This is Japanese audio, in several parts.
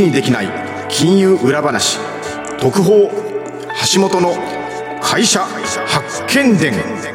事にできない金融裏話、特報、橋本の会社発見伝。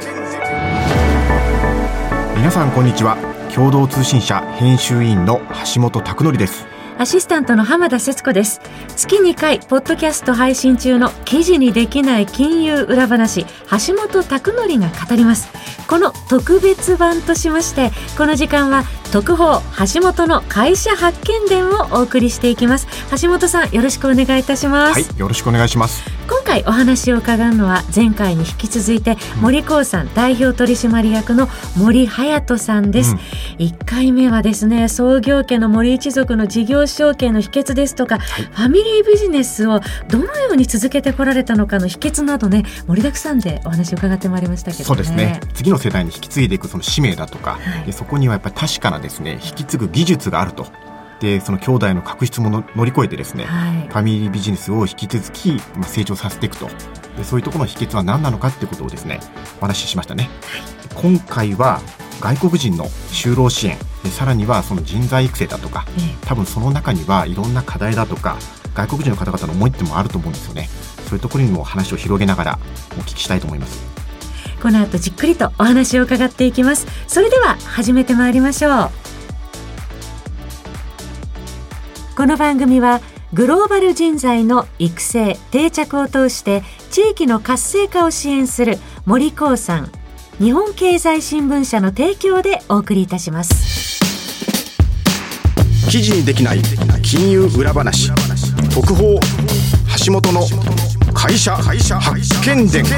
皆さんこんにちは。共同通信社編集員の橋本拓典です。 アシスタントの浜田節子です。月2回ポッドキャスト配信中の記事にできない金融裏話、橋本拓典が語ります。この特別版としまして、この時間は特報橋本の会社発見伝をお送りしていきます。橋本さん、よろしくお願いいたします。 はい、よろしくお願いします。 今回お話を伺うのは前回に引き続いて森興産代表取締役の森隼人さんです。1回目はですね、創業家の森一族の事業承継の秘訣ですとか、ファミリービジネスをどのように続けてこられたのかの秘訣などね、盛りだくさんでお話を伺ってまいりましたけどね。 そうですね、次の世代に引き継いでいくその使命だとか、でそこにはやっぱり確かなですね、引き継ぐ技術があると。でその兄弟の確執も乗り越えてですね、ファミリービジネスを引き続き成長させていくと。でそういうところの秘訣は何なのかってことをですね、お話ししましたね。今回は外国人の就労支援で、さらにはその人材育成だとか、多分その中にはいろんな課題だとか外国人の方々の思いってもあると思うんですよね。そういうところにも話を広げながらお聞きしたいと思います。 この後じっくりとお話を伺っていきます。それでは始めてまいりましょう。この番組はグローバル人材の育成定着を通して地域の活性化を支援する森興産日本経済新聞社の提供でお送りいたします。 記事にできない金融裏話、特報橋本の会社発見伝。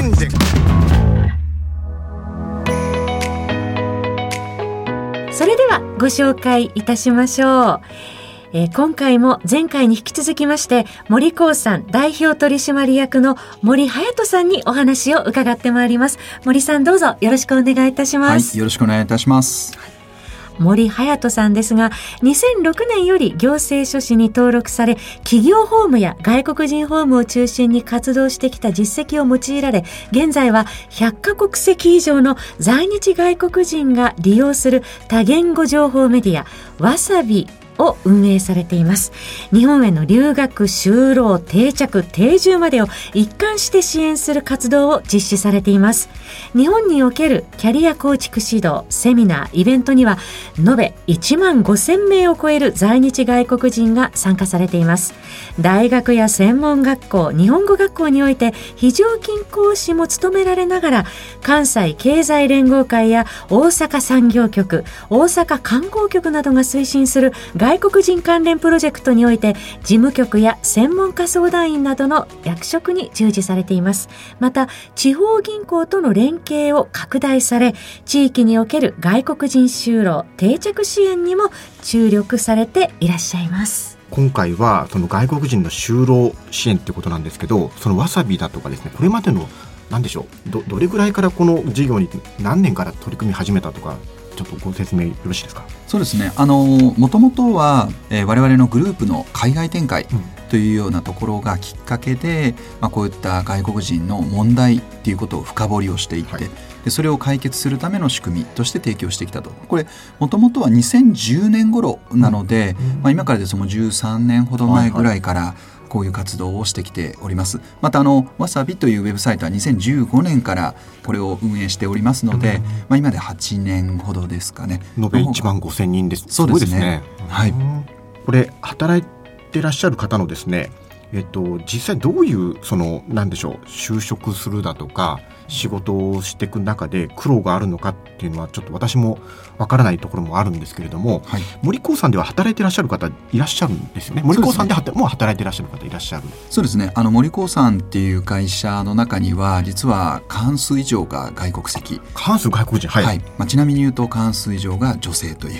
それではご紹介いたしましょう。今回も前回に引き続きまして森興産代表取締役の森隼人さんにお話を伺ってまいります。森さん、どうぞよろしくお願いいたします。 はい、よろしくお願いいたします。 森隼人さんですが、2006年より行政書士に登録され、企業法務や外国人法務を中心に活動してきた実績を用いられ、現在は100カ国籍以上の在日外国人が利用する多言語情報メディアわさびを運営されています。日本への留学、就労、定着、定住までを一貫して支援する活動を実施されています。日本におけるキャリア構築指導、セミナー、イベントには延べ1万5000名を超える在日外国人が参加されています。大学や専門学校、日本語学校において非常勤講師も務められながら、関西経済連合会や大阪産業局、大阪観光局などが推進する外国人関連プロジェクトにおいて事務局や専門家相談員などの役職に従事されています。また地方銀行との連携を拡大され、地域における外国人就労定着支援にも注力されていらっしゃいます。 今回はその外国人の就労支援ってことなんですけど、そのわさびだとかですね、これまでの何でしょう、どれぐらいからこの事業に何年から取り組み始めたとか、ちょっとご説明よろしいですか。 そうですね、もともとは、我々のグループの海外展開というようなところがきっかけで、こういった外国人の問題っていうことを深掘りをしていって、でそれを解決するための仕組みとして提供してきたと。これもともとは2010年頃なので、今からですともう13年ほど前ぐらいからこういう活動をしてきております。またわさびというウェブサイトは2015年からこれを運営しておりますので、今で8年ほどですかね。 延べ1万5000人です。 そうですね。はい。 これ働いてらっしゃる方のですね、実際どういう何でしょう、就職するだとか仕事をしていく中で苦労があるのかっていうのはちょっと私もわからないところもあるんですけれども、森興産では働いていらっしゃる方いらっしゃるんですよね。森興産でもう働いていらっしゃる方いらっしゃる。 そうですね、森興産っていう会社の中には実は過半数以上が外国籍。 過半数外国人、 ちなみに言うと過半数以上が女性という、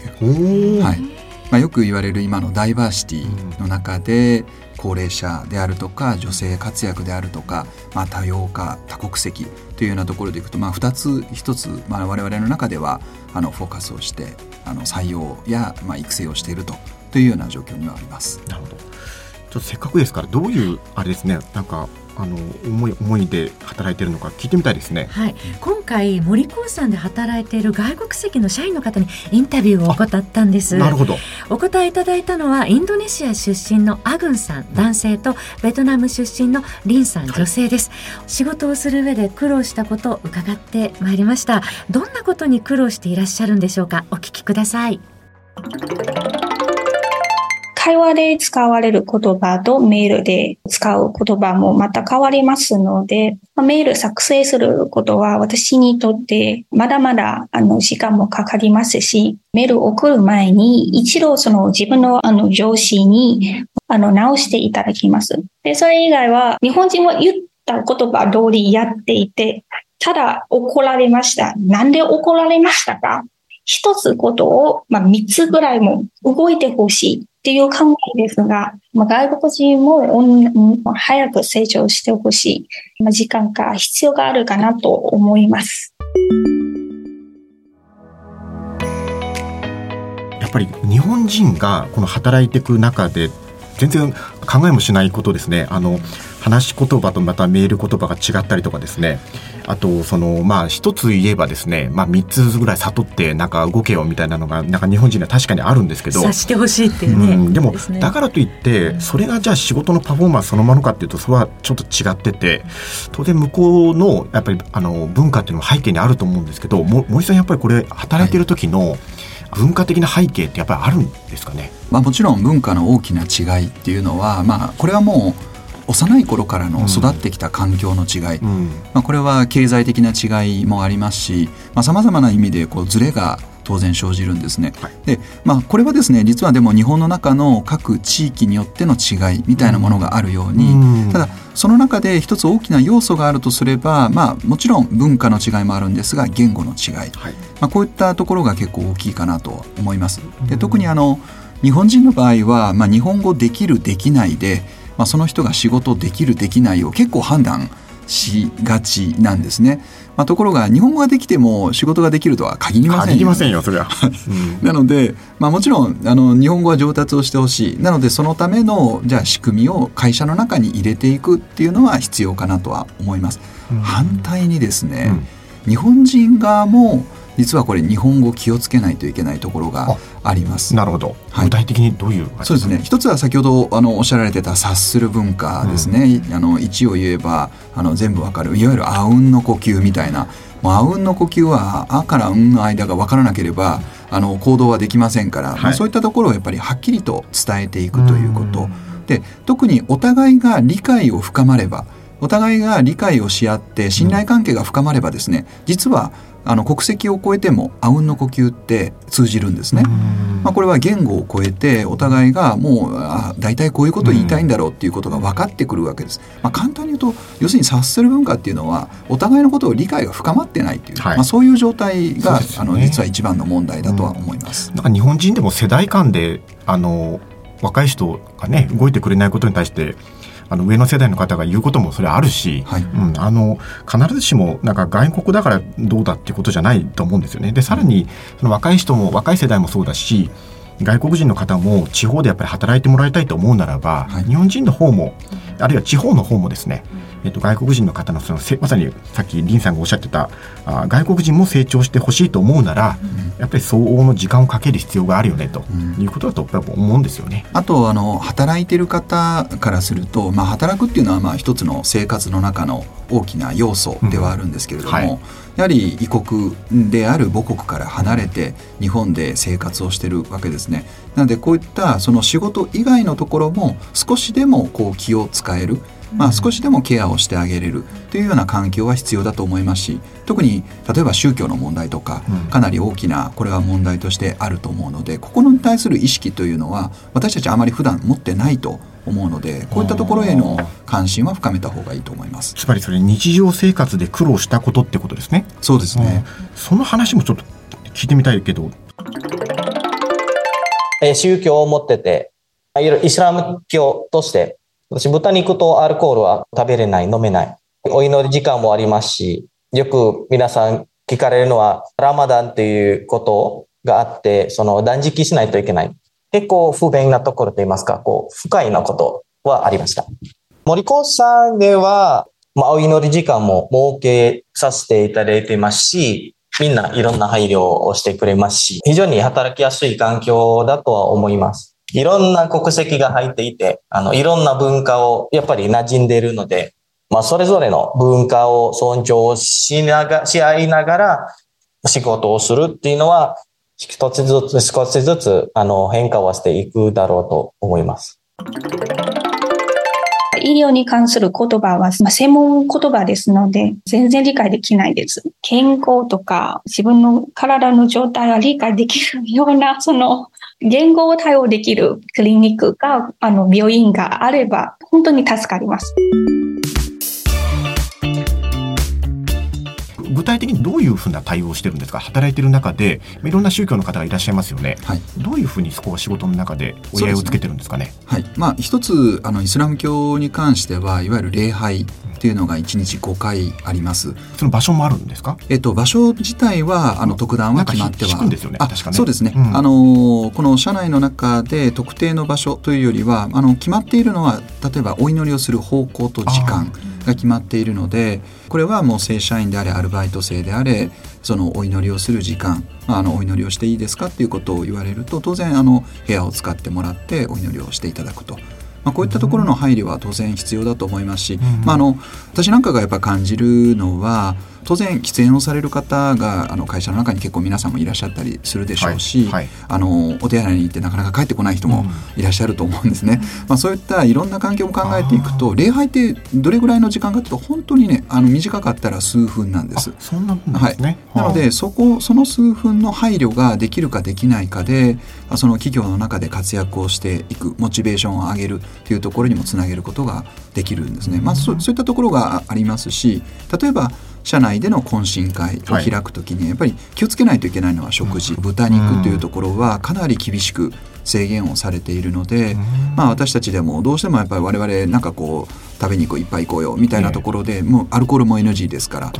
よく言われる今のダイバーシティの中で高齢者であるとか女性活躍であるとか、多様化多国籍というようなところでいくと、2つ1つ、我々の中ではフォーカスをして採用や、育成をしているというような状況にはあります。 なるほど。ちょっとせっかくですからどういうあれですね、なんか思いで働いているのか聞いてみたいですね。 はい、今回森興産で働いている外国籍の社員の方にインタビューを行ったんです。 なるほど。 お答えいただいたのはインドネシア出身のアグンさん男性とベトナム出身のリンさん女性です。仕事をする上で苦労したことを伺ってまいりました。どんなことに苦労していらっしゃるんでしょうか。お聞きください。 会話で使われる言葉とメールで使う言葉もまた変わりますので、メール作成することは私にとってまだまだ時間もかかりますし、メールを送る前に一度自分の上司に直していただきます。で、それ以外は日本人は言った言葉通りやっていて、ただ怒られました。なんで怒られましたか？一つことを3つぐらいも動いてほしいっていう考えですが、外国人も早く成長してほしい、時間が必要があるかなと思います。 やっぱり日本人がこの働いていく中で全然考えもしないことですね。話し言葉とまたメール言葉が違ったりとかですね。あと一つ言えばですね、3つぐらい悟って動けよみたいなのが日本人には確かにあるんですけど、 察してほしいっていうね。 でもだからといってそれがじゃあ仕事のパフォーマンスそのままかっていうとそれはちょっと違ってて、当然向こうのやっぱり文化っていうのも背景にあると思うんですけど、森さんやっぱりこれ働いてる時の文化的な背景ってやっぱりあるんですかね。 もちろん文化の大きな違いっていうのは、これはもう幼い頃からの育ってきた環境の違い、これは経済的な違いもありますし、さまざまな意味でズレが当然生じるんですね。はい、で、これはですね、実はでも日本の中の各地域によっての違いみたいなものがあるように、ただその中で一つ大きな要素があるとすれば、もちろん文化の違いもあるんですが言語の違い、はい、こういったところが結構大きいかなと思います。で、特に日本人の場合は、日本語できるできないで、その人が仕事できるできないを結構判断しがちなんですね。ところが日本語ができても仕事ができるとは限りませんよ。 限りませんよそれは。 なので、もちろん日本語は上達をしてほしい。なのでそのためのじゃあ仕組みを会社の中に入れていくっていうのは必要かなとは思います。反対にですね、日本人側も実はこれ日本語気をつけないといけないところがあります。 なるほど、はい、具体的にどういう？ そうですね、一つは先ほどおっしゃられてた察する文化ですね。一を言えば全部わかる、いわゆるあうんの呼吸みたいな、あうんの呼吸はあからうんの間がわからなければ行動はできませんから、はい、そういったところをやっぱりはっきりと伝えていくということで、特にお互いが理解を深まれば、お互いが理解をし合って信頼関係が深まればですね、実は国籍を超えてもあうんの呼吸って通じるんですね。これは言語を超えてお互いがもう大体こういうことを言いたいんだろうっていうことが分かってくるわけです。簡単に言うと要するに察する文化っていうのはお互いのことを理解が深まってないっていう、はい、そういう状態が、実は一番の問題だとは思います。 日本人でも世代間で若い人がね動いてくれないことに対して上の世代の方が言うこともそれあるし、はい、必ずしも外国だからどうだっていうことじゃないと思うんですよね。でさらにその若い人も若い世代もそうだし、外国人の方も地方でやっぱり働いてもらいたいと思うならば、はい、日本人の方もあるいは地方の方もですね、外国人の方のまさにさっき林さんがおっしゃってた外国人も成長してほしいと思うなら、やっぱり相応の時間をかける必要があるよねということだとやっぱ思うんですよね。 あと働いている方からすると、働くっていうのは一つの生活の中の大きな要素ではあるんですけれども、はい、やはり異国である母国から離れて日本で生活をしているわけですね。なのでこういったその仕事以外のところも少しでも気を使える、少しでもケアをしてあげれるというような環境は必要だと思いますし、特に例えば宗教の問題とかかなり大きなこれは問題としてあると思うので、ここに対する意識というのは私たちあまり普段持ってないと思うので、こういったところへの関心は深めた方がいいと思います。 つまりそれ日常生活で苦労したことってことですね。 そうですね。 その話もちょっと聞いてみたいけど、 宗教を持ってて、いわゆるイスラム教として私豚肉とアルコールは食べれない、飲めない。お祈り時間もありますし、よく皆さん聞かれるのはラマダンということがあって、その断食しないといけない。結構不便なところといいますか、不快なことはありました。 森高さんでは、お祈り時間も設けさせていただいてますし、みんないろんな配慮をしてくれますし、非常に働きやすい環境だとは思います。いろんな国籍が入っていて、いろんな文化をやっぱり馴染んでいるので、それぞれの文化を尊重し合いながら仕事をするっていうのは、少しずつ変化はしていくだろうと思います。 医療に関する言葉は、専門言葉ですので、全然理解できないです。健康とか、自分の体の状態が理解できるような、言語を対応できるクリニックが、病院があれば、本当に助かります。 具体的にどういうふうな対応をしてるんですか？働いている中でいろんな宗教の方がいらっしゃいますよね、はい、どういうふうにそこは仕事の中で折り合いをつけてるんですかね？ はい、一つイスラム教に関してはいわゆる礼拝っていうのが1日5回あります。 その場所もあるんですか？ 場所自体は特段は決まっては引くんですよね、確かね。 そうですね、この社内の中で特定の場所というよりは決まっているのは、例えばお祈りをする方向と時間が決まっているので、これはもう正社員であれアルバイト生であれ、そのお祈りをする時間、お祈りをしていいですかっていうことを言われると、当然部屋を使ってもらってお祈りをしていただくと、こういったところの配慮は当然必要だと思いますし、私なんかがやっぱ感じるのは、当然喫煙をされる方が会社の中に結構皆さんもいらっしゃったりするでしょうし、お手洗いに行ってなかなか帰ってこない人もいらっしゃると思うんですね。そういったいろんな環境も考えていくと、礼拝ってどれぐらいの時間かというと本当にね、短かったら数分なんです。 そんなもんですね。 なのでその数分の配慮ができるかできないかで、その企業の中で活躍をしていくモチベーションを上げるというところにもつなげることができるんですね。そういったところがありますし、例えば社内での懇親会を開くときにやっぱり気をつけないといけないのは食事、豚肉というところはかなり厳しく制限をされているので、私たちでもどうしてもやっぱり我々なんか食べに行こう、いっぱい行こうよみたいなところで、もうアルコールも NG ですから、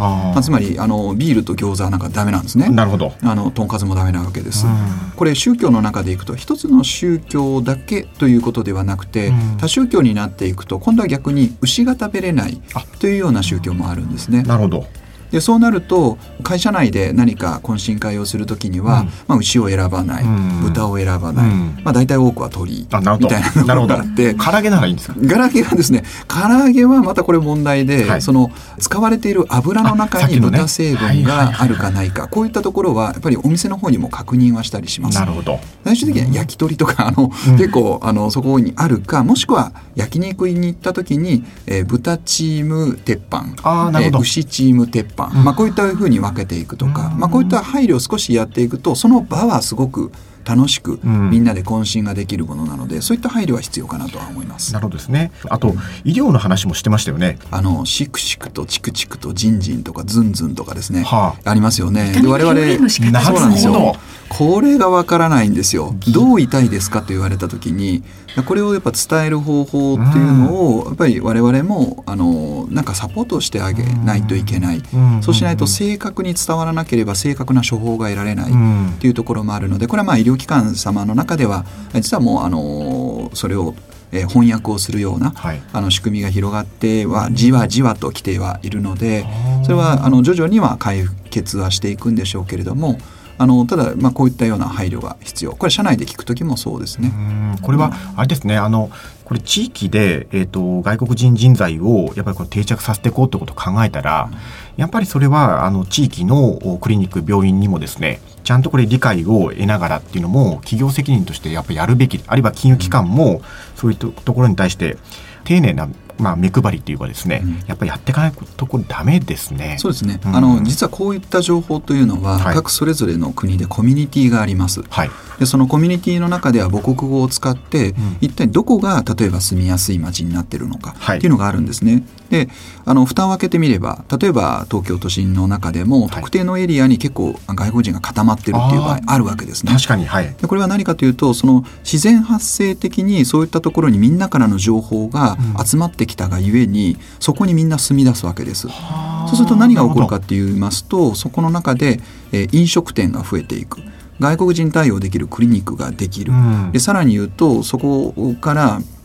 つまりビールと餃子なんかダメなんですね。 なるほど。 とんかつもダメなわけです。これ宗教の中でいくと一つの宗教だけということではなくて、多宗教になっていくと今度は逆に牛が食べれないというような宗教もあるんですね。 なるほど。 でそうなると会社内で何か懇親会をするときには、牛を選ばない、豚を選ばない、大体多くは鳥みたいなのがあって、 唐揚げならいいんですか？ 唐揚げがですね、唐揚げはまたこれ問題で、その使われている油の中に豚成分があるかないか、こういったところはやっぱりお店の方にも確認はしたりします。 なるほど。 最終的には焼き鳥とか結構そこにあるか、もしくは焼肉に行った時に、豚チーム鉄板、牛チーム鉄板、こういったふうに分けていくとか、こういった配慮を少しやっていくと、その場はすごく楽しくみんなで懇親ができるものなので、そういった配慮は必要かなとは思います。 なるほどですね。あと医療の話もしてましたよね。 シクシクとチクチクとジンジンとかズンズンとかですね、ありますよね。で我々そうなんですよ。これがわからないんですよ。どう痛いですかと言われた時に、これをやっぱ伝える方法っていうのをやっぱり我々もなんかサポートしてあげないといけない。そうしないと正確に伝わらなければ正確な処方が得られないっていうところもあるので、これは医療機関様の中では実はもうそれを翻訳をするような、仕組みが広がってはじわじわと来てはいるので、それは徐々には解決はしていくんでしょうけれども、ただこういったような配慮が必要。これ社内で聞くときもそうですね。 これはあれですね、これ地域で、外国人人材をやっぱり定着させていこうってことを考えたら、やっぱりそれは地域のクリニック、病院にもですね、ちゃんとこれ理解を得ながらっていうのも企業責任としてやっぱりやるべき、あるいは金融機関もそういうところに対して丁寧な目配りっていうかですね、やっぱりやっていかないところダメですね。 そうですね、実はこういった情報というのは、各それぞれの国でコミュニティがあります、でそのコミュニティの中では母国語を使って、一体どこが例えば住みやすい街になっているのかっていうのがあるんですね。で蓋を開けてみれば、例えば東京都心の中でも特定のエリアに結構外国人が固まっているっていう場合あるわけですね。 確かに、 でこれは何かというと、その自然発生的にそういったところにみんなからの情報が集まってきたがゆえに、そこにみんな住み出すわけです。そうすると何が起こるかって言いますと、そこの中で、飲食店が増えていく、外国人対応できるクリニックができる、でさらに言うとそこから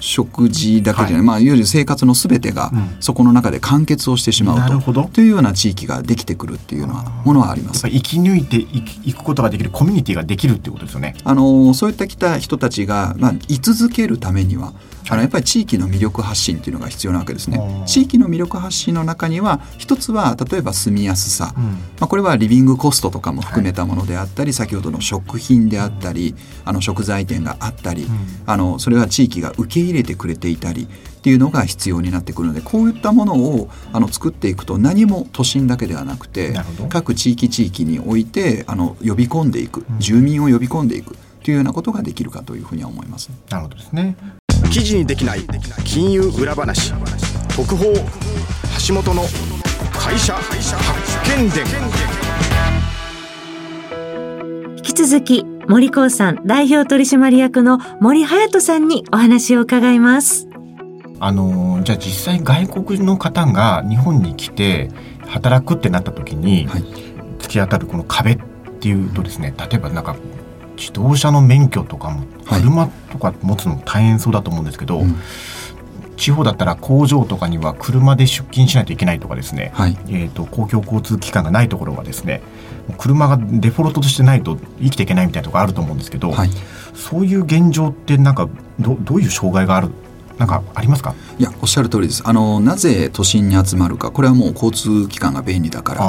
食事だけじゃない、いわゆる生活のすべてがそこの中で完結をしてしまうというような地域ができてくるっていうようなものはあります。 生き抜いていくことができるコミュニティができるっていうことですよね。 そういった来た人たちが、居続けるためにはやっぱり地域の魅力発信っていうのが必要なわけですね。地域の魅力発信の中には一つは例えば住みやすさ、これはリビングコストとかも含めたものであったり、先ほどの食品であったり食材店があったり、それは地域が受け入れてくれていたりっていうのが必要になってくるので、こういったものを作っていくと何も都心だけではなくて各地域において呼び込んでいく、住民を呼び込んでいくというようなことができるかというふうには思います。 なるほどですね。 記事にできない金融裏話、国宝橋本の会社発見伝。 引き続き森興産代表取締役の森隼人さんにお話を伺います。 じゃあ実際外国の方が日本に来て働くってなった時に、突き当たるこの壁っていうとですね、例えばなんか自動車の免許とかも車とか持つの大変そうだと思うんですけど、地方だったら工場とかには車で出勤しないといけないとかですね、公共交通機関がないところはですね、車がデフォルトとしてないと生きていけないみたいなところあると思うんですけど、そういう現状ってなんか どういう障害がある、なんかありますか？ いや、おっしゃる通りです。なぜ都心に集まるか、これはもう交通機関が便利だから、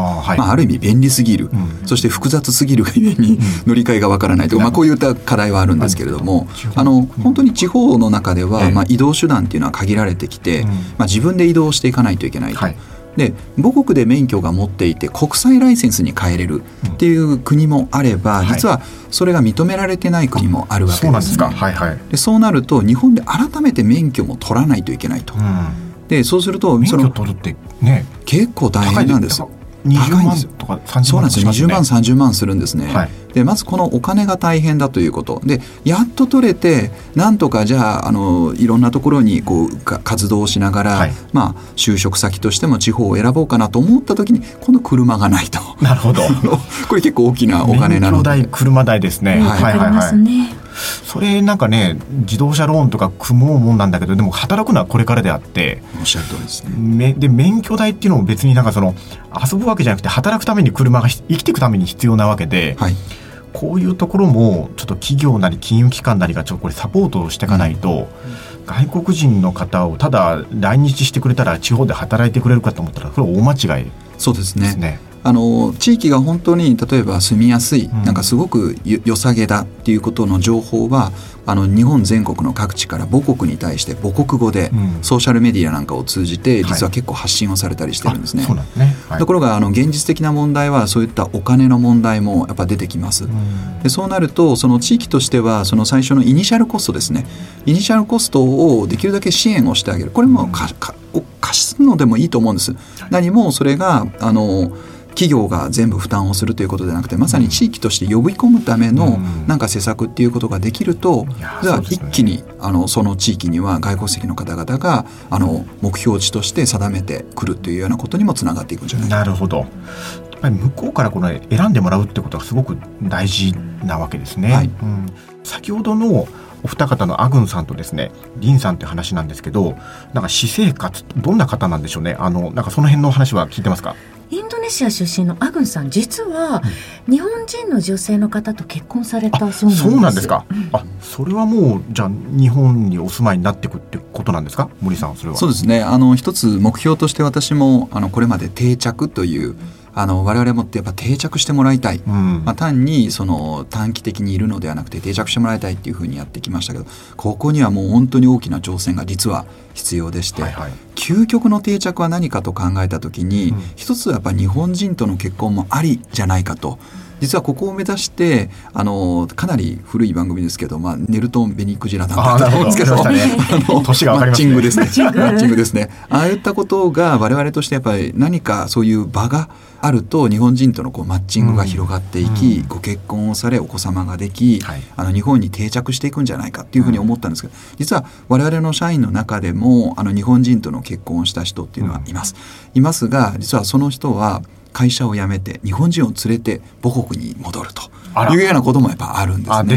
ある意味便利すぎる、そして複雑すぎるがゆえに乗り換えがわからないと、こういった課題はあるんですけれども、本当に地方の中では、移動手段っていうのは限られてきて、自分で移動していかないといけないと。で母国で免許が持っていて国際ライセンスに変えれるっていう国もあれば、実はそれが認められてない国もあるわけですね。でそうなると日本で改めて免許も取らないといけないと。でそうすると免許取るってね、 結構大変なんですよ。 20万とか30万そうなんですよ。20万30万するんですね。でまずこのお金が大変だということで、やっと取れてなんとかじゃあいろんなところにこう活動をしながら、就職先としても地方を選ぼうかなと思った時に今度車がないと。 なるほどこれ結構大きなお金なので。 免許代車代ですね。それなんかね、自動車ローンとか組もうもんなんだけど、でも働くのはこれからであって、 おっしゃる通りですね。 で免許代っていうのも別になんか遊ぶわけじゃなくて働くために車が生きていくために必要なわけで、こういうところもちょっと企業なり金融機関なりがこれサポートしていかないと、外国人の方をただ来日してくれたら地方で働いてくれるかと思ったらそれは大間違い。 そうですね。地域が本当に例えば住みやすい、なんかすごく良さげだっていうことの情報は日本全国の各地から母国に対して母国語でソーシャルメディアなんかを通じて実は結構発信をされたりしてるんですね。ところが現実的な問題はそういったお金の問題もやっぱ出てきます。でそうなるとその地域としてはその最初のイニシャルコストですね、イニシャルコストをできるだけ支援をしてあげる、これも貸すのでもいいと思うんです。何もそれが企業が全部負担をするということではなくて、まさに地域として呼び込むためのなんか施策っていうことができると、じゃあ一気にその地域には外国籍の方々が目標値として定めてくるというようなことにもつながっていくんじゃないか。 なるほど。やっぱり向こうからこの選んでもらうってことはすごく大事なわけですね。先ほどのお二方のアグンさんとですねリンさんって話なんですけど、なんか私生活どんな方なんでしょうね。なんかその辺の話は聞いてますか？ インドネシア出身のアグンさん、実は日本人の女性の方と結婚されたそうなんですよ。 そうなんですか。それはもうじゃあ日本にお住まいになっていくってことなんですか、森さん。それはそうですね。一つ目標として私もこれまで定着という我々もってやっぱ定着してもらいたい、単に短期的にいるのではなくて定着してもらいたいっていうふうにやってきましたけど、ここにはもう本当に大きな挑戦が実は必要でして、究極の定着は何かと考えた時に、一つはやっぱ日本人との結婚もありじゃないかと。実はここを目指してかなり古い番組ですけど、ネルトン・ベニクジラだったと思うんですけど、 年が分かりますね。 マッチングですね。マッチングですね。ああいったことが我々としてやっぱり何かそういう場があると日本人とのマッチングが広がっていき、ご結婚をされお子様ができ、日本に定着していくんじゃないかっていうふうに思ったんですけど、実は我々の社員の中でも日本人との結婚をした人っていうのはいます。いますが、実はその人は会社を辞めて日本人を連れて母国に戻るというようなこともやっぱあるんですね。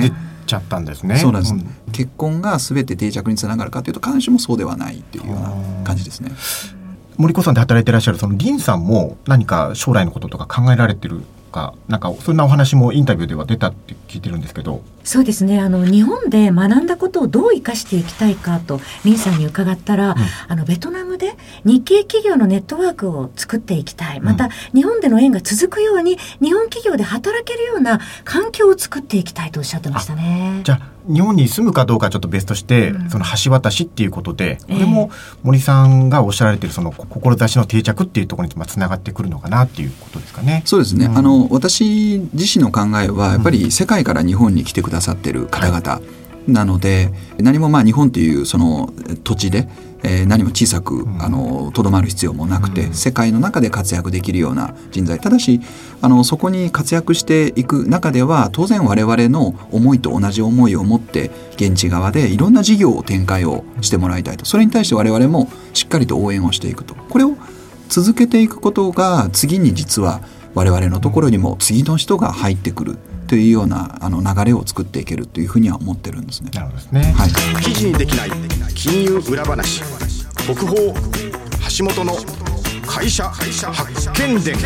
ちゃったんですね。 そうなんです、結婚が全て定着につながるかというと必ずしもそうではないというような感じですね。 森子さんで働いていらっしゃるその林さんも何か将来のこととか考えられてるか、なんかそんなお話もインタビューでは出たって聞いてるんですけど。 そうですね、日本で学んだことをどう生かしていきたいかと林さんに伺ったら、ベトナムで日系企業のネットワークを作っていきたい、また日本での縁が続くように日本企業で働けるような環境を作っていきたいとおっしゃってましたね。 じゃあ日本に住むかどうかちょっと別として、その橋渡しっていうことで、これも森さんがおっしゃられているその志の定着っていうところにつながってくるのかなっていうことですかね。 そうですね、私自身の考えはやっぱり世界から日本に来てくださっている方々なので、何も日本というその土地で何も小さくとどまる必要もなくて、世界の中で活躍できるような人材、ただしそこに活躍していく中では当然我々の思いと同じ思いを持って現地側でいろんな事業を展開をしてもらいたいと、それに対して我々もしっかりと応援をしていくと、これを続けていくことが次に実は我々のところにも次の人が入ってくるというような流れを作っていけるというふうには思ってるんですね。 なるほどですね。 はい、 記事にできない金融裏話、特報橋本の会社発見伝。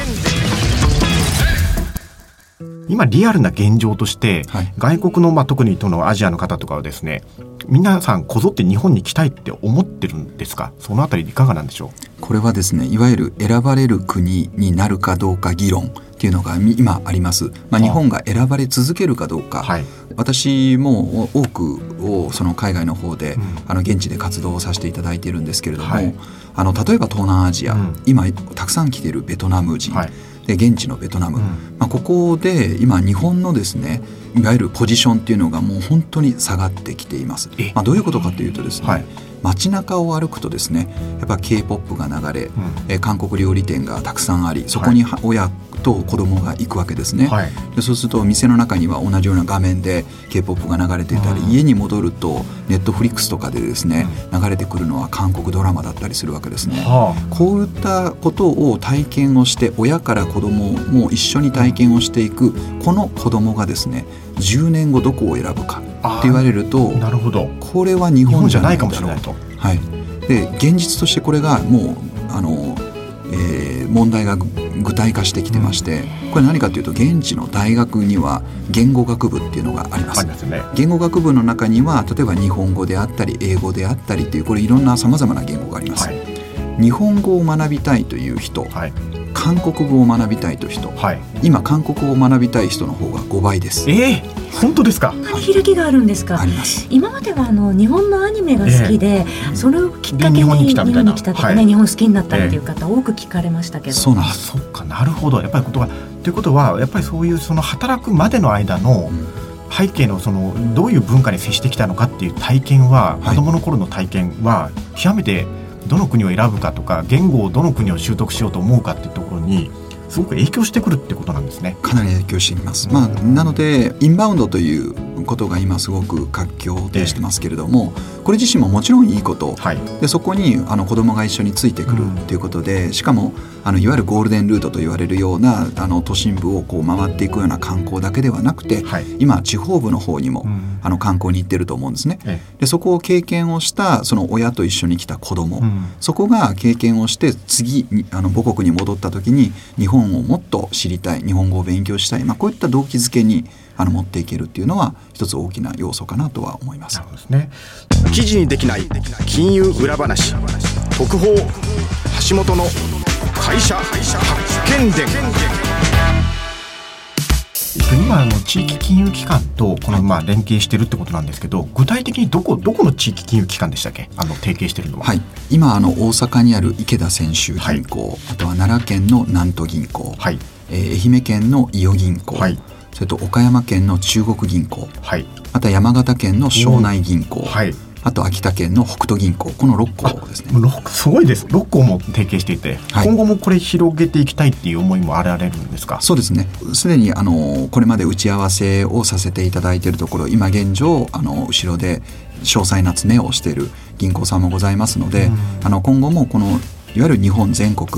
今リアルな現状として、外国の、特にアジアの方とかはですね、皆さんこぞって日本に来たいって思ってるんですか？そのあたりいかがなんでしょう？ これはですね、いわゆる選ばれる国になるかどうか議論っていうのが今あります。日本が選ばれ続けるかどうか、私も多くをその海外の方で、現地で活動をさせていただいているんですけれども、例えば東南アジア、今たくさん来ているベトナム人、で現地のベトナム、ここで今日本のですね、いわゆるポジションっていうのがもう本当に下がってきています。どういうことかというとですね、街中を歩くとですね、やっぱ K-POP が流れ、韓国料理店がたくさんあり、そこに親と子供が行くわけですね。でそうすると店の中には同じような画面で K-POP が流れていたり、家に戻るとネットフリックスとかでですね、流れてくるのは韓国ドラマだったりするわけですね。こういったことを体験をして、親から子供も一緒に体験をしていくこの子供がですね、10年後どこを選ぶかって言われると、 なるほど、 これは日本じゃないかもしれないと。 で現実としてこれがもう問題が具体化してきてまして、これ何かというと、現地の大学には言語学部っていうのがあります。言語学部の中には例えば日本語であったり英語であったりという、これいろんなさまざまな言語があります。日本語を学びたいという人、韓国語を学びたいという人、今韓国語を学びたい人の方が5倍です。 本当ですか？ こんなに開きがあるんですか？ あります。 今までは日本のアニメが好きで、それをきっかけに日本に来たとかね、日本好きになったっていう方多く聞かれましたけど。 そうなんです。 そうか、なるほど。やっぱりということはやっぱりそういうその働くまでの間の背景のどういう文化に接してきたのかっていう体験は、子どもの頃の体験は極めてどの国を選ぶかとか、言語をどの国を習得しようと思うかっていうところにすごく影響してくるってことなんですね。 かなり影響しています。なのでインバウンドということが今すごく活況でしてますけれども、これ自身ももちろんいいこと、でそこに子どもが一緒についてくるということで、しかもいわゆるゴールデンルートと言われるような都心部を回っていくような観光だけではなくて、今地方部の方にも観光に行ってると思うんですね。でそこを経験をしたその親と一緒に来た子ども、そこが経験をして次に母国に戻った時に日本をもっと知りたい、日本語を勉強したい、こういった動機づけに持っていけるっていうのは一つ大きな要素かなとは思います。 なるほどですね。 記事にできない金融裏話、特報橋本の会社発見伝。 今地域金融機関と連携してるってことなんですけど、具体的にどこの地域金融機関でしたっけ、提携してるのは？ 今大阪にある池田泉州銀行、あとは奈良県の南都銀行、愛媛県の伊予銀行、それと岡山県の中国銀行、また山形県の庄内銀行、あと秋田県の北斗銀行、この6校ですね。 すごいです。6校も提携していて、今後もこれ広げていきたいっていう思いもあられるんですか？ そうですね。すでにこれまで打ち合わせをさせていただいているところ、今現状後ろで詳細な詰めをしている銀行さんもございますので、今後もこのいわゆる日本全国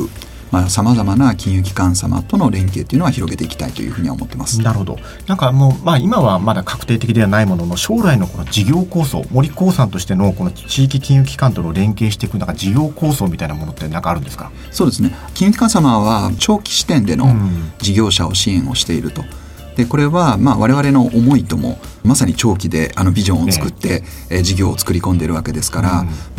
様々な金融機関様との連携というのは広げていきたいというふうには思ってます。 なるほど。なんかもう、今はまだ確定的ではないものの、将来のこの事業構想、森興産としてのこの地域金融機関との連携していくなんか事業構想みたいなものって何かあるんですか？ そうですね。金融機関様は長期視点での事業者を支援をしていると。でこれは我々の思いともまさに長期でビジョンを作って、事業を作り込んでいるわけですから、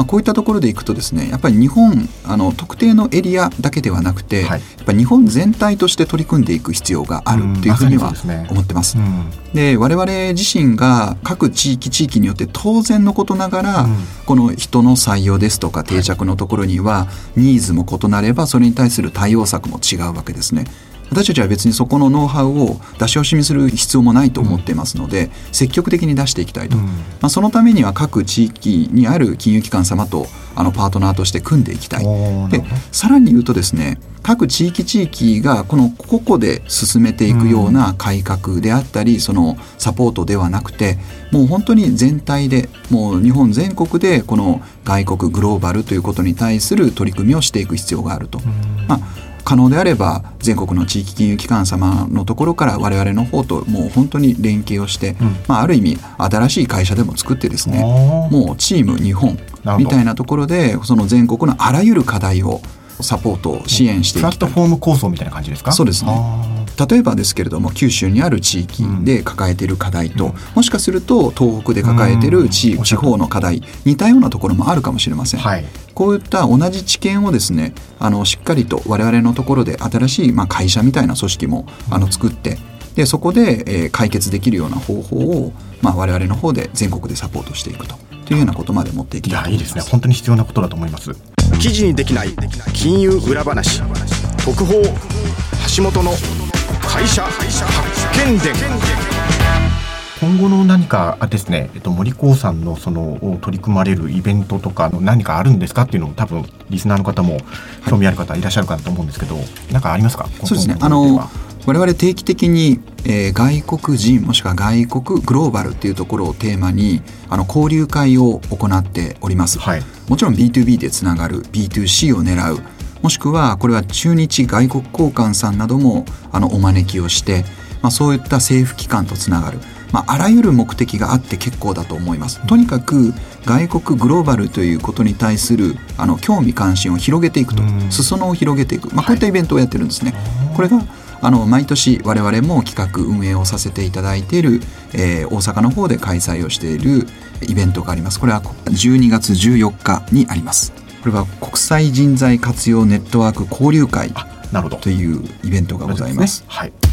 こういったところでいくとですね、やっぱり日本特定のエリアだけではなくて、やっぱり日本全体として取り組んでいく必要があるというふうには思ってます。で我々自身が各地域によって当然のことながら、この人の採用ですとか定着のところにはニーズも異なれば、それに対する対応策も違うわけですね。私たちは別にそこのノウハウを出し惜しみする必要もないと思っていますので、積極的に出していきたいと、そのためには各地域にある金融機関様とパートナーとして組んでいきたい。でさらに言うとですね、各地域がこの個々で進めていくような改革であったり、そのサポートではなくて、もう本当に全体でもう日本全国でこの外国グローバルということに対する取り組みをしていく必要があると。可能であれば全国の地域金融機関様のところから我々の方ともう本当に連携をして、ある意味新しい会社でも作ってですね、もうチーム日本みたいなところでその全国のあらゆる課題をサポート支援していきたい。 プラットフォーム構想みたいな感じですか？ そうですね。例えばですけれども、九州にある地域で抱えている課題と、もしかすると東北で抱えている地方の課題、似たようなところもあるかもしれません。こういった同じ知見をですね、しっかりと我々のところで新しい会社みたいな組織も作って、でそこで解決できるような方法を我々の方で全国でサポートしていくというようなことまで持っていきたいと思います。 いいですね。本当に必要なことだと思います。 記事にできない金融裏話、特報橋本の会社発見伝。 今後の何かですね、森興産のその取り組まれるイベントとか何かあるんですかっていうのを、多分リスナーの方も興味ある方いらっしゃるかなと思うんですけど、何かありますか？ そうですね。我々定期的に、外国人もしくは外国グローバルっていうところをテーマに交流会を行っております。もちろん B2B でつながる B2C を狙う、もしくはこれは駐日外国交換さんなどもお招きをして、そういった政府機関とつながる、あらゆる目的があって結構だと思います。とにかく外国グローバルということに対する興味関心を広げていくと、裾野を広げていく、こういったイベントをやってるんですね。これが毎年我々も企画運営をさせていただいている、大阪の方で開催をしているイベントがあります。これは12月14日にあります。これは国際人材活用ネットワーク交流会というイベントがございます。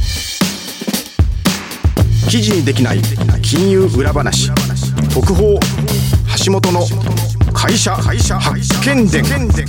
記事にできない金融裏話、特報橋本の会社発見伝。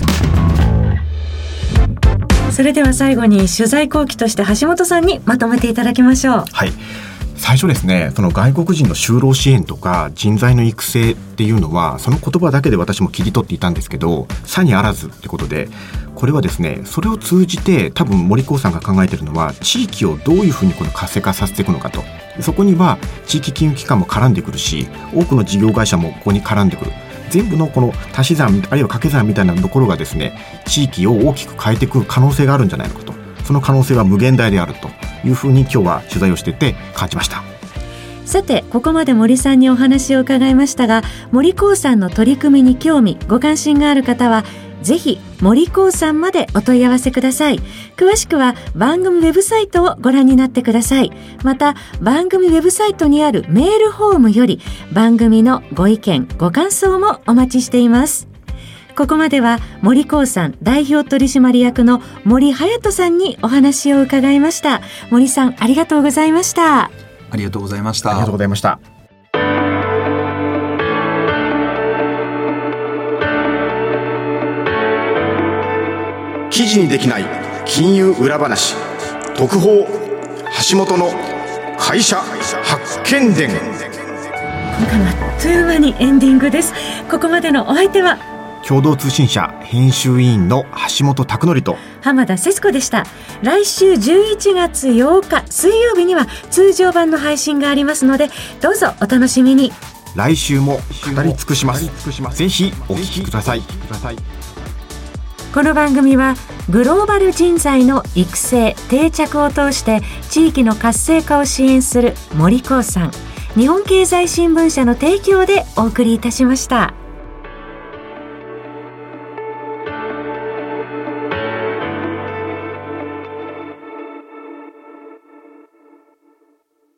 それでは最後に取材後期として橋本さんにまとめていただきましょう。 最初ですね、その外国人の就労支援とか人材の育成っていうのは、その言葉だけで私も切り取っていたんですけど、差にあらずってことで、これはですね、それを通じて多分森興さんが考えているのは、地域をどういうふうにこの活性化させていくのかと。そこには地域金融機関も絡んでくるし、多くの事業会社もここに絡んでくる。全部のこの足し算あるいは掛け算みたいなところがですね、地域を大きく変えていく可能性があるんじゃないのかと。その可能性は無限大であるというふうに今日は取材をしていて感じました。 さて、ここまで森さんにお話を伺いましたが、森興産の取り組みに興味ご関心がある方はぜひ森興産までお問い合わせください。詳しくは番組ウェブサイトをご覧になってください。また番組ウェブサイトにあるメールフォームより番組のご意見ご感想もお待ちしています。ここまでは森興産代表取締役の森隼人さんにお話を伺いました。森さん、ありがとうございました。 ありがとうございました。 ありがとうございました。 記事にできない金融裏話、特報橋本の会社発見伝。 今回もあっという間にエンディングです。ここまでのお相手は共同通信社編集委員の橋本拓典と浜田節子でした。来週11月8日水曜日には通常版の配信がありますので、どうぞお楽しみに。 来週も語り尽くします。ぜひお聞きください。 この番組はグローバル人材の育成定着を通して地域の活性化を支援する森興産、日本経済新聞社の提供でお送りいたしました。